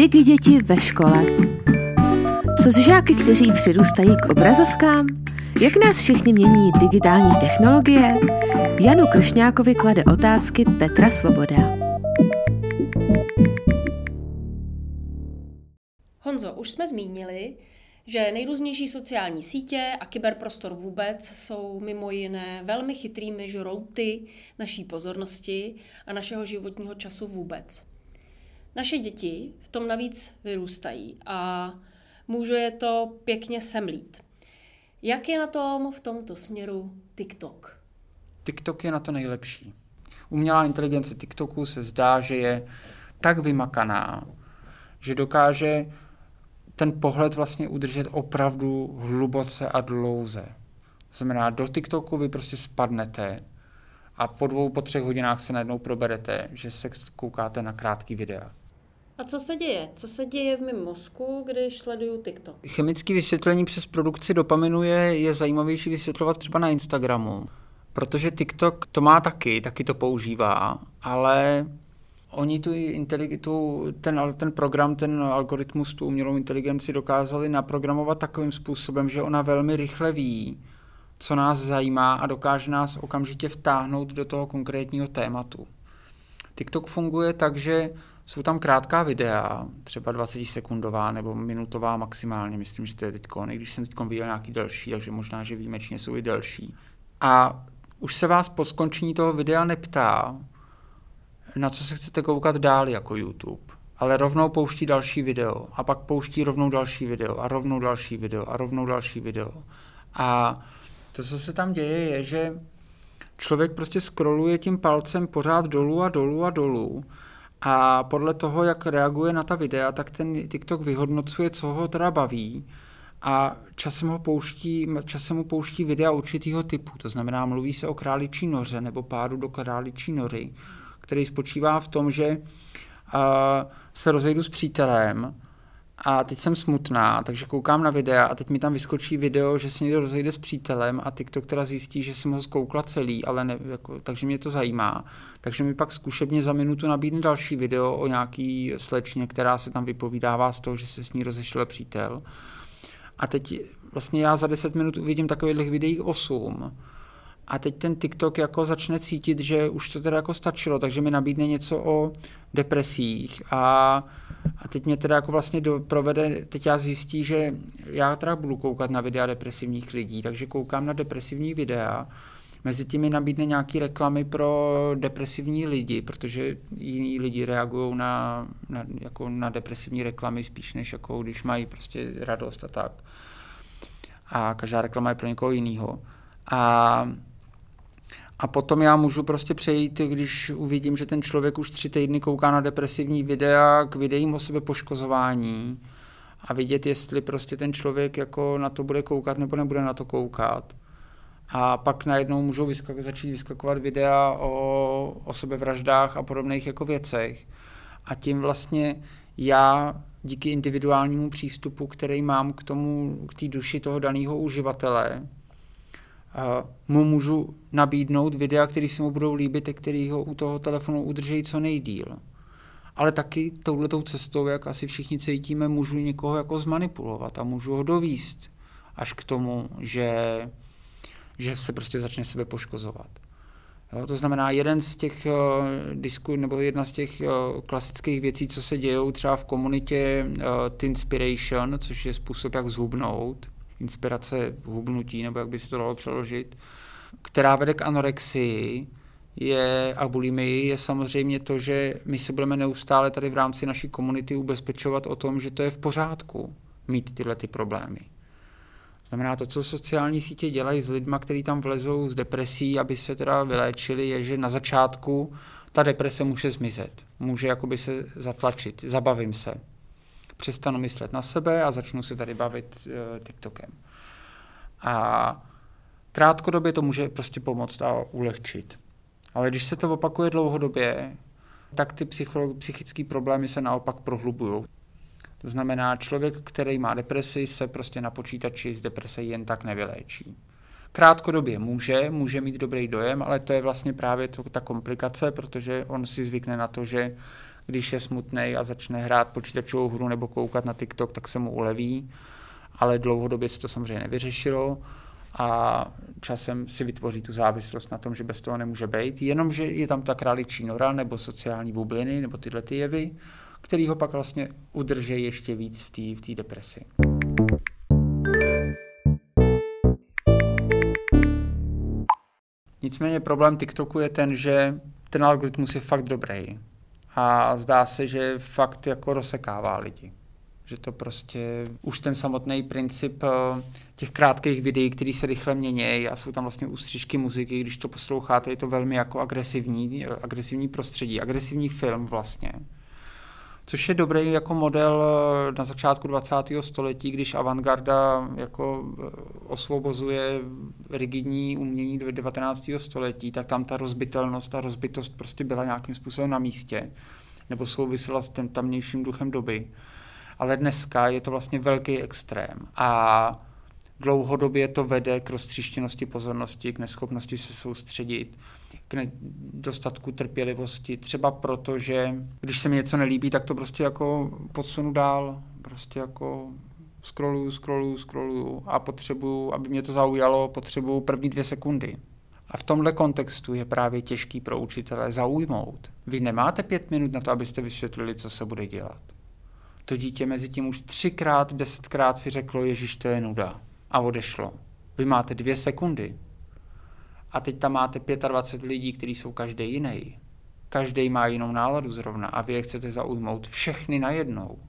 Digi děti ve škole. Co s žáky, kteří přirůstají k obrazovkám? Jak nás všichni mění digitální technologie? Janu Kršňákovi klade otázky Petra Svoboda. Honzo, už jsme zmínili, že nejrůznější sociální sítě a kyberprostor vůbec jsou mimo jiné velmi chytrými žrouty naší pozornosti a našeho životního času vůbec. Naše děti v tom navíc vyrůstají a může je to pěkně semlít. Jak je na tom v tomto směru TikTok? TikTok je na to nejlepší. Umělá inteligence TikToku se zdá, že je tak vymakaná, že dokáže ten pohled vlastně udržet opravdu hluboce a dlouze. To znamená, do TikToku vy prostě spadnete a po 3 hodinách se najednou proberete, že se koukáte na krátký videa. A co se děje? Co se děje v mém mozku, když sleduju TikTok? Chemické vysvětlení přes produkci dopaminu je zajímavější vysvětlovat třeba na Instagramu, protože TikTok to má taky to používá, ale oni ten program, ten algoritmus, tu umělou inteligenci dokázali naprogramovat takovým způsobem, že ona velmi rychle ví, co nás zajímá a dokáže nás okamžitě vtáhnout do toho konkrétního tématu. TikTok funguje tak, že jsou tam krátká videa, třeba 20sekundová nebo minutová maximálně, myslím, že to je teďko, i když jsem teďko viděl nějaký delší, takže možná, že výjimečně jsou i delší. A už se vás po skončení toho videa neptá, na co se chcete koukat dál jako YouTube, ale rovnou pouští další video a pak pouští rovnou další video a rovnou další video a rovnou další video. A to, co se tam děje, je, že člověk prostě scrolluje tím palcem pořád dolů a dolů a dolů a podle toho, jak reaguje na ta videa, tak ten TikTok vyhodnocuje, co ho teda baví a časem mu pouští videa určitýho typu. To znamená, mluví se o králičí noře nebo pádu do králičí nory, který spočívá v tom, že se rozejdu s přítelem a teď jsem smutná, takže koukám na videa a teď mi tam vyskočí video, že se někdo rozejde s přítelem a TikTok teda zjistí, že jsem ho zkoukla celý, ale ne, takže mě to zajímá. Takže mi pak zkušebně za minutu nabídne další video o nějaký slečně, která se tam vypovídává z toho, že se s ní rozešel přítel. A teď vlastně já za 10 minut uvidím takových videí 8. A teď ten TikTok jako začne cítit, že už to teda jako stačilo, takže mi nabídne něco o depresích a teď mě teda jako vlastně teď já zjistí, že já teda budu koukat na videa depresivních lidí, takže koukám na depresivní videa, mezi tím mi nabídne nějaký reklamy pro depresivní lidi, protože jiní lidi reagují na depresivní reklamy spíš než jako když mají prostě radost a tak. A každá reklama je pro někoho jinýho. A potom já můžu prostě přejít, když uvidím, že ten člověk už 3 týdny kouká na depresivní videa, k videím o sebepoškozování a vidět, jestli prostě ten člověk jako na to bude koukat nebo nebude na to koukat. A pak najednou můžou začít vyskakovat videa o sebevraždách a podobných jako věcech. A tím vlastně já díky individuálnímu přístupu, který mám k té duši toho daného uživatele, mu můžu nabídnout videa, které se mu budou líbit a který ho u toho telefonu udržejí co nejdýl. Ale taky touhletou cestou, jak asi všichni cítíme, můžu někoho jako zmanipulovat a můžu ho dovíst až k tomu, že se prostě začne sebe poškozovat. Jo, to znamená, jedna z těch klasických věcí, co se dějou třeba v komunitě Tinspiration, což je způsob, jak zhubnout, inspirace hubnutí, nebo jak by se to dalo přeložit, která vede k anorexii a bulimii, je samozřejmě to, že my se budeme neustále tady v rámci naší komunity ubezpečovat o tom, že to je v pořádku mít tyhle ty problémy. Znamená to, co sociální sítě dělají s lidma, kteří tam vlezou s depresí, aby se teda vyléčili, je, že na začátku ta deprese může zmizet. Může jakoby se zatlačit, zabavím se. Přestanu myslet na sebe a začnu se tady bavit TikTokem. A krátkodobě to může prostě pomoct a ulehčit. Ale když se to opakuje dlouhodobě, tak ty psychické problémy se naopak prohlubují. To znamená, člověk, který má depresi, se prostě na počítači z deprese jen tak nevyléčí. Krátkodobě může mít dobrý dojem, ale to je vlastně právě ta komplikace, protože on si zvykne na to, že když je smutnej a začne hrát počítačovou hru nebo koukat na TikTok, tak se mu uleví, ale dlouhodobě se to samozřejmě nevyřešilo a časem si vytvoří tu závislost na tom, že bez toho nemůže být, jenomže je tam ta králičí nora nebo sociální bubliny nebo tyhle ty jevy, který ho pak vlastně udrží ještě víc v té depresi. Nicméně problém TikToku je ten, že ten algoritmus je fakt dobrý a zdá se, že fakt jako rozsekává lidi. Že to prostě už ten samotný princip těch krátkých videí, které se rychle mění a jsou tam vlastně ústřižky muziky, když to posloucháte, je to velmi jako agresivní prostředí, agresivní film vlastně. Což je dobrý jako model na začátku 20. století, když avantgarda jako osvobozuje rigidní umění 19. století, tak tam ta rozbitelnost a rozbitost prostě byla nějakým způsobem na místě, nebo souvisela s tím tamnějším duchem doby. Ale dneska je to vlastně velký extrém a dlouhodobě to vede k roztříštěnosti pozornosti, k neschopnosti se soustředit, k nedostatku trpělivosti, třeba proto, že když se mi něco nelíbí, tak to prostě jako podsunu dál, prostě jako scrolluju a potřebuju, aby mě to zaujalo, potřebuju první 2 sekundy. A v tomhle kontextu je právě těžký pro učitele zaujmout. Vy nemáte 5 minut na to, abyste vysvětlili, co se bude dělat. To dítě mezi tím už 3x, 10krát si řeklo, ježiš, to je nuda. A odešlo. Vy máte 2 sekundy. A teď tam máte 25 lidí, kteří jsou každý jiný. Každý má jinou náladu zrovna a vy je chcete zaujmout všechny najednou.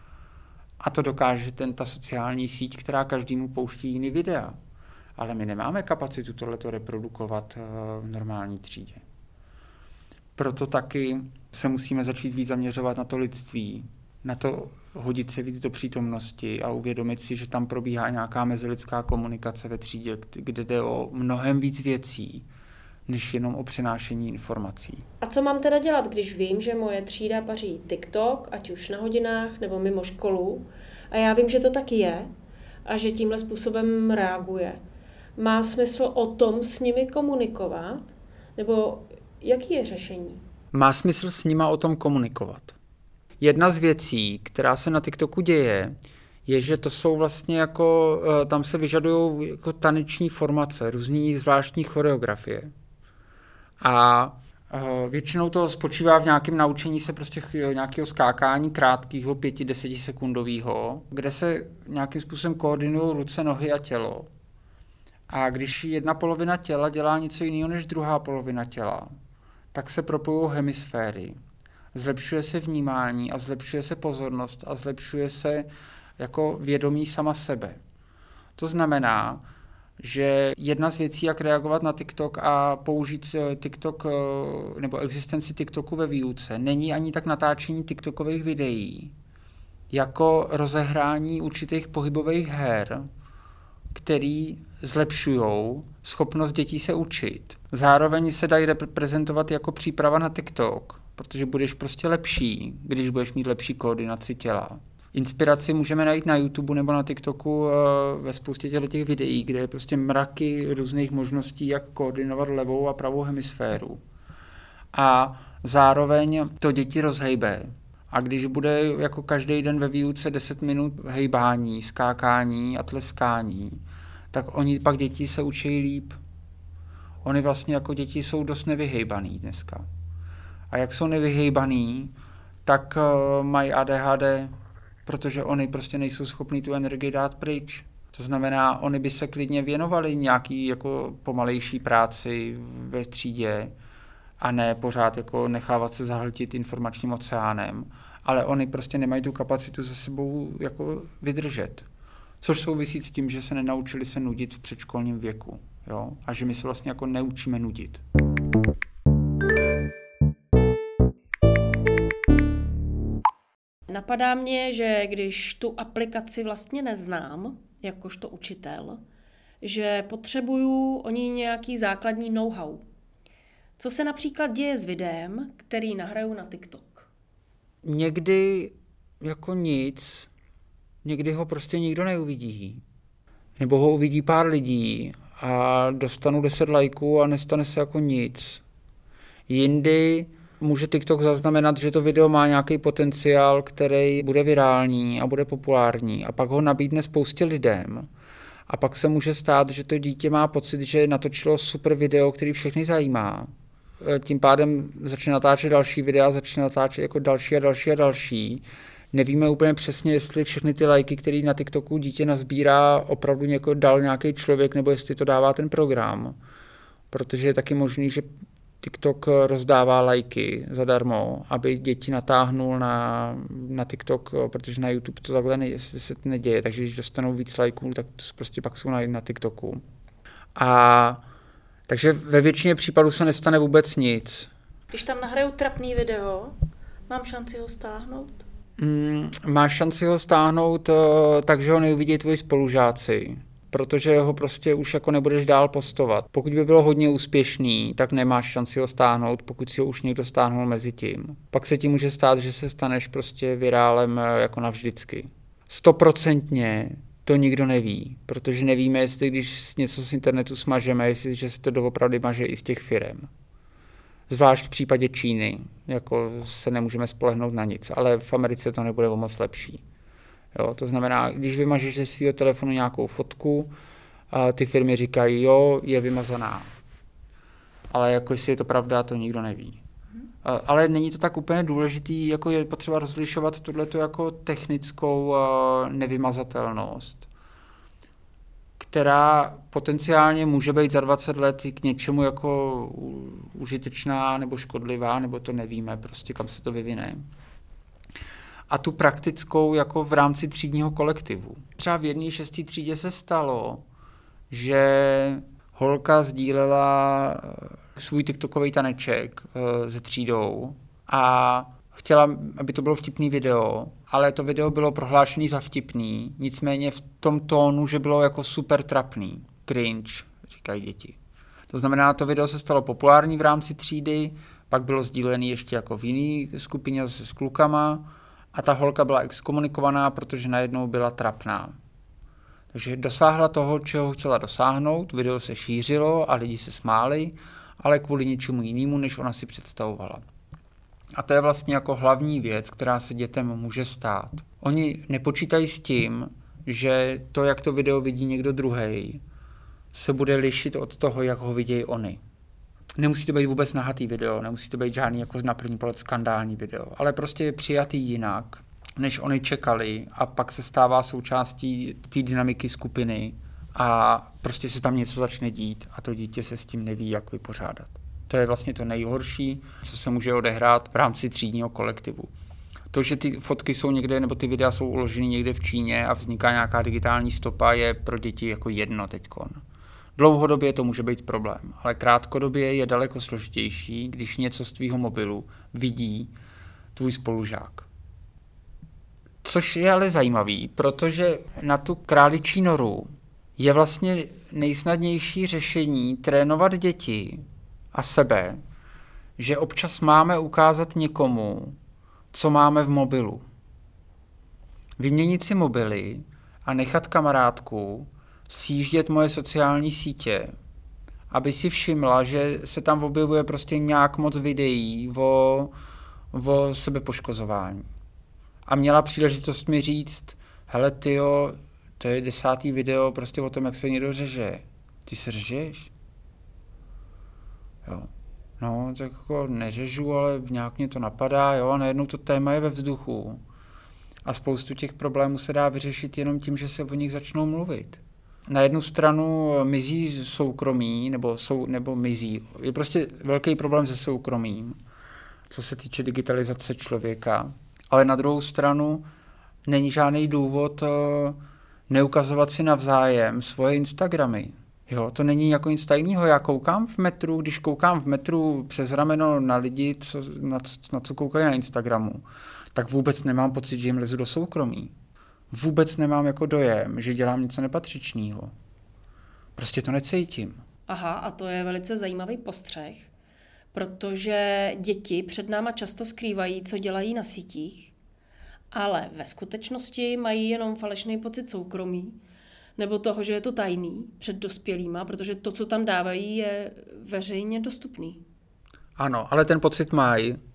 A to dokáže ta sociální síť, která každému pouští jiný videa. Ale my nemáme kapacitu tohleto reprodukovat v normální třídě. Proto taky se musíme začít víc zaměřovat na to lidství, na to hodit se víc do přítomnosti a uvědomit si, že tam probíhá nějaká mezilidská komunikace ve třídě, kde jde o mnohem víc věcí, než jenom o přenášení informací. A co mám teda dělat, když vím, že moje třída paří TikTok, ať už na hodinách nebo mimo školu, a já vím, že to taky je a že tímhle způsobem reaguje? Má smysl o tom s nimi komunikovat? Nebo jaký je řešení? Má smysl s nima o tom komunikovat. Jedna z věcí, která se na TikToku děje, je, že to jsou vlastně jako, tam se vyžadují jako taneční formace, různý zvláštní choreografie. A většinou to spočívá v nějakém naučení se prostě nějakého skákání krátkého 5-10 sekundového, kde se nějakým způsobem koordinují ruce, nohy a tělo. A když jedna polovina těla dělá něco jiného než druhá polovina těla, tak se propojují hemisféry. Zlepšuje se vnímání a zlepšuje se pozornost a zlepšuje se jako vědomí sama sebe. To znamená, že jedna z věcí, jak reagovat na TikTok a použít TikTok nebo existenci TikToku ve výuce, není ani tak natáčení TikTokových videí, jako rozehrání určitých pohybových her, který zlepšují schopnost dětí se učit. Zároveň se dají reprezentovat jako příprava na TikTok, protože budeš prostě lepší, když budeš mít lepší koordinaci těla. Inspiraci můžeme najít na YouTube nebo na TikToku ve spoustě těch videí, kde je prostě mraky různých možností, jak koordinovat levou a pravou hemisféru. A zároveň to děti rozhejbe. A když bude jako každý den ve výuce 10 minut hejbání, skákání a tleskání, tak oni pak děti se učí líp. Oni vlastně jako děti jsou dost nevyhejbaný dneska. A jak jsou nevyhejbaný, tak mají ADHD, protože oni prostě nejsou schopní tu energii dát pryč. To znamená, oni by se klidně věnovali nějaký jako pomalejší práci ve třídě a ne pořád jako nechávat se zahltit informačním oceánem, ale oni prostě nemají tu kapacitu se sebou jako vydržet. Což souvisí s tím, že se nenaučili se nudit v předškolním věku. Jo? A že my se vlastně jako neučíme nudit. Napadá mě, že když tu aplikaci vlastně neznám, jakožto učitel, že potřebuju o ní nějaký základní know-how. Co se například děje s videem, který nahraju na TikTok? Někdy jako nic, někdy ho prostě nikdo neuvidí. Nebo ho uvidí pár lidí a dostanu 10 lajků a nestane se jako nic. Jindy může TikTok zaznamenat, že to video má nějaký potenciál, který bude virální a bude populární a pak ho nabídne spoustě lidem. A pak se může stát, že to dítě má pocit, že natočilo super video, který všechny zajímá. Tím pádem začne natáčet další videa, začne natáčet jako další a další a další. Nevíme úplně přesně, jestli všechny ty lajky, které na TikToku dítě nazbírá, opravdu dal nějaký člověk, nebo jestli to dává ten program. Protože je taky možný, že TikTok rozdává lajky zadarmo, aby děti natáhnul na TikTok, protože na YouTube to takhle se neděje, takže když dostanou víc lajků, tak prostě pak jsou na TikToku. Takže ve většině případů se nestane vůbec nic. Když tam nahraju trapný video, mám šanci ho stáhnout? Máš šanci ho stáhnout, takže ho neuvidí tvoji spolužáci, protože ho prostě už jako nebudeš dál postovat. Pokud by bylo hodně úspěšný, tak nemáš šanci ho stáhnout, pokud si ho už někdo stáhnul mezi tím. Pak se ti může stát, že se staneš prostě virálem jako navždycky. 100% to nikdo neví, protože nevíme, jestli když něco z internetu smažeme, jestli že se to doopravdy maže i z těch firem. Zvlášť v případě Číny, jako se nemůžeme spolehnout na nic, ale v Americe to nebude o moc lepší. Jo, to znamená, když vymažeš ze svého telefonu nějakou fotku, a ty firmy říkají, jo, je vymazaná. Ale jako jestli je to pravda, to nikdo neví. Ale není to tak úplně důležitý, jako je potřeba rozlišovat tohleto jako technickou nevymazatelnost, která potenciálně může být za 20 let k něčemu jako užitečná nebo škodlivá, nebo to nevíme, prostě kam se to vyvine. A tu praktickou jako v rámci třídního kolektivu. Třeba v 1. 6. třídě se stalo, že holka sdílela svůj TikTokový taneček se třídou a chtěla, aby to bylo vtipný video, ale to video bylo prohlášený za vtipný, nicméně v tom tónu, že bylo jako super trapný. Cringe, říkají děti. To znamená, to video se stalo populární v rámci třídy, pak bylo sdílený ještě jako v jiný skupině zase s klukama a ta holka byla exkomunikovaná, protože najednou byla trapná. Takže dosáhla toho, čeho chtěla dosáhnout, video se šířilo a lidi se smáli, ale kvůli něčemu jinému, než ona si představovala. A to je vlastně jako hlavní věc, která se dětem může stát. Oni nepočítají s tím, že to, jak to video vidí někdo druhej, se bude lišit od toho, jak ho vidějí oni. Nemusí to být vůbec nahatý video, nemusí to být žádný jako na první pohled skandální video, ale prostě je přijatý jinak, než oni čekali a pak se stává součástí té dynamiky skupiny a prostě se tam něco začne dít a to dítě se s tím neví, jak vypořádat. To je vlastně to nejhorší, co se může odehrát v rámci třídního kolektivu. To, že ty fotky jsou někde, nebo ty videa jsou uloženy někde v Číně a vzniká nějaká digitální stopa, je pro děti jako jedno teďkon. Dlouhodobě to může být problém, ale krátkodobě je daleko složitější, když něco z tvýho mobilu vidí tvůj spolužák. Což je ale zajímavý, protože na tu králičí noru je vlastně nejsnadnější řešení trénovat děti a sebe, že občas máme ukázat někomu, co máme v mobilu. Vyměnit si mobily a nechat kamarádku sjíždět moje sociální sítě, aby si všimla, že se tam objevuje prostě nějak moc videí o sebepoškozování. A měla příležitost mi říct, hele tyjo, to je 10. video prostě o tom, jak se někdo řeže. Ty se řežeš? Jo. No, tak jako neřežu, ale nějak mě to napadá, jo, a najednou to téma je ve vzduchu. A spoustu těch problémů se dá vyřešit jenom tím, že se o nich začnou mluvit. Na jednu stranu mizí soukromí, nebo mizí. Je prostě velký problém se soukromím, co se týče digitalizace člověka. Ale na druhou stranu není žádný důvod neukazovat si navzájem svoje Instagramy. Jo, to není jako nic tajného. Já koukám v metru, když koukám v metru přes rameno na lidi, na co koukají na Instagramu, tak vůbec nemám pocit, že jim lezu do soukromí. Vůbec nemám jako dojem, že dělám něco nepatřičného. Prostě to necítím. Aha, a to je velice zajímavý postřeh, protože děti před náma často skrývají, co dělají na sítích, ale ve skutečnosti mají jenom falešný pocit soukromí, nebo toho, že je to tajný před dospělýma, protože to, co tam dávají, je veřejně dostupný. Ano, ale ten pocit mají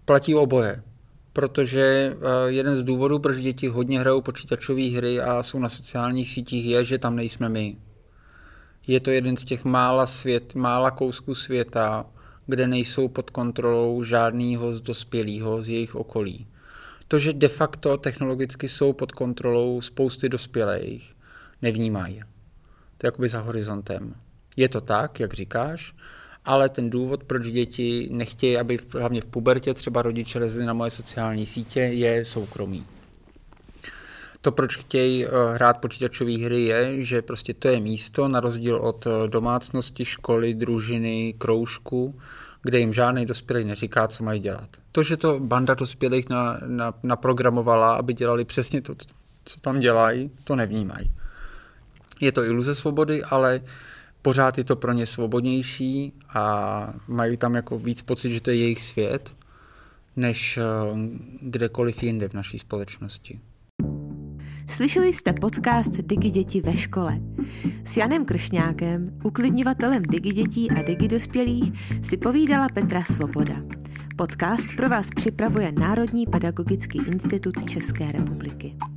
Platí oboje, protože jeden z důvodů, proč děti hodně hrajou počítačové hry a jsou na sociálních sítích, je, že tam nejsme my. Je to jeden z těch mála kousků světa, kde nejsou pod kontrolou žádného z dospělého z jejich okolí. To, že de facto technologicky jsou pod kontrolou spousty dospělých, nevnímají. To je jakoby za horizontem. Je to tak, jak říkáš, ale ten důvod, proč děti nechtějí, aby hlavně v pubertě třeba rodiče lezli na moje sociální sítě, je soukromí. To, proč chtějí hrát počítačové hry, je, že prostě to je místo, na rozdíl od domácnosti, školy, družiny, kroužku, kde jim žádný dospělý neříká, co mají dělat. To, že to banda dospělých naprogramovala, aby dělali přesně to, co tam dělají, to nevnímají. Je to iluze svobody, ale pořád je to pro ně svobodnější a mají tam jako víc pocit, že to je jejich svět, než kdekoliv jinde v naší společnosti. Slyšeli jste podcast Digi děti ve škole. S Janem Kršňákem, uklidňovatelem Digi dětí a Digi dospělých, si povídala Petra Svoboda. Podcast pro vás připravuje Národní pedagogický institut České republiky.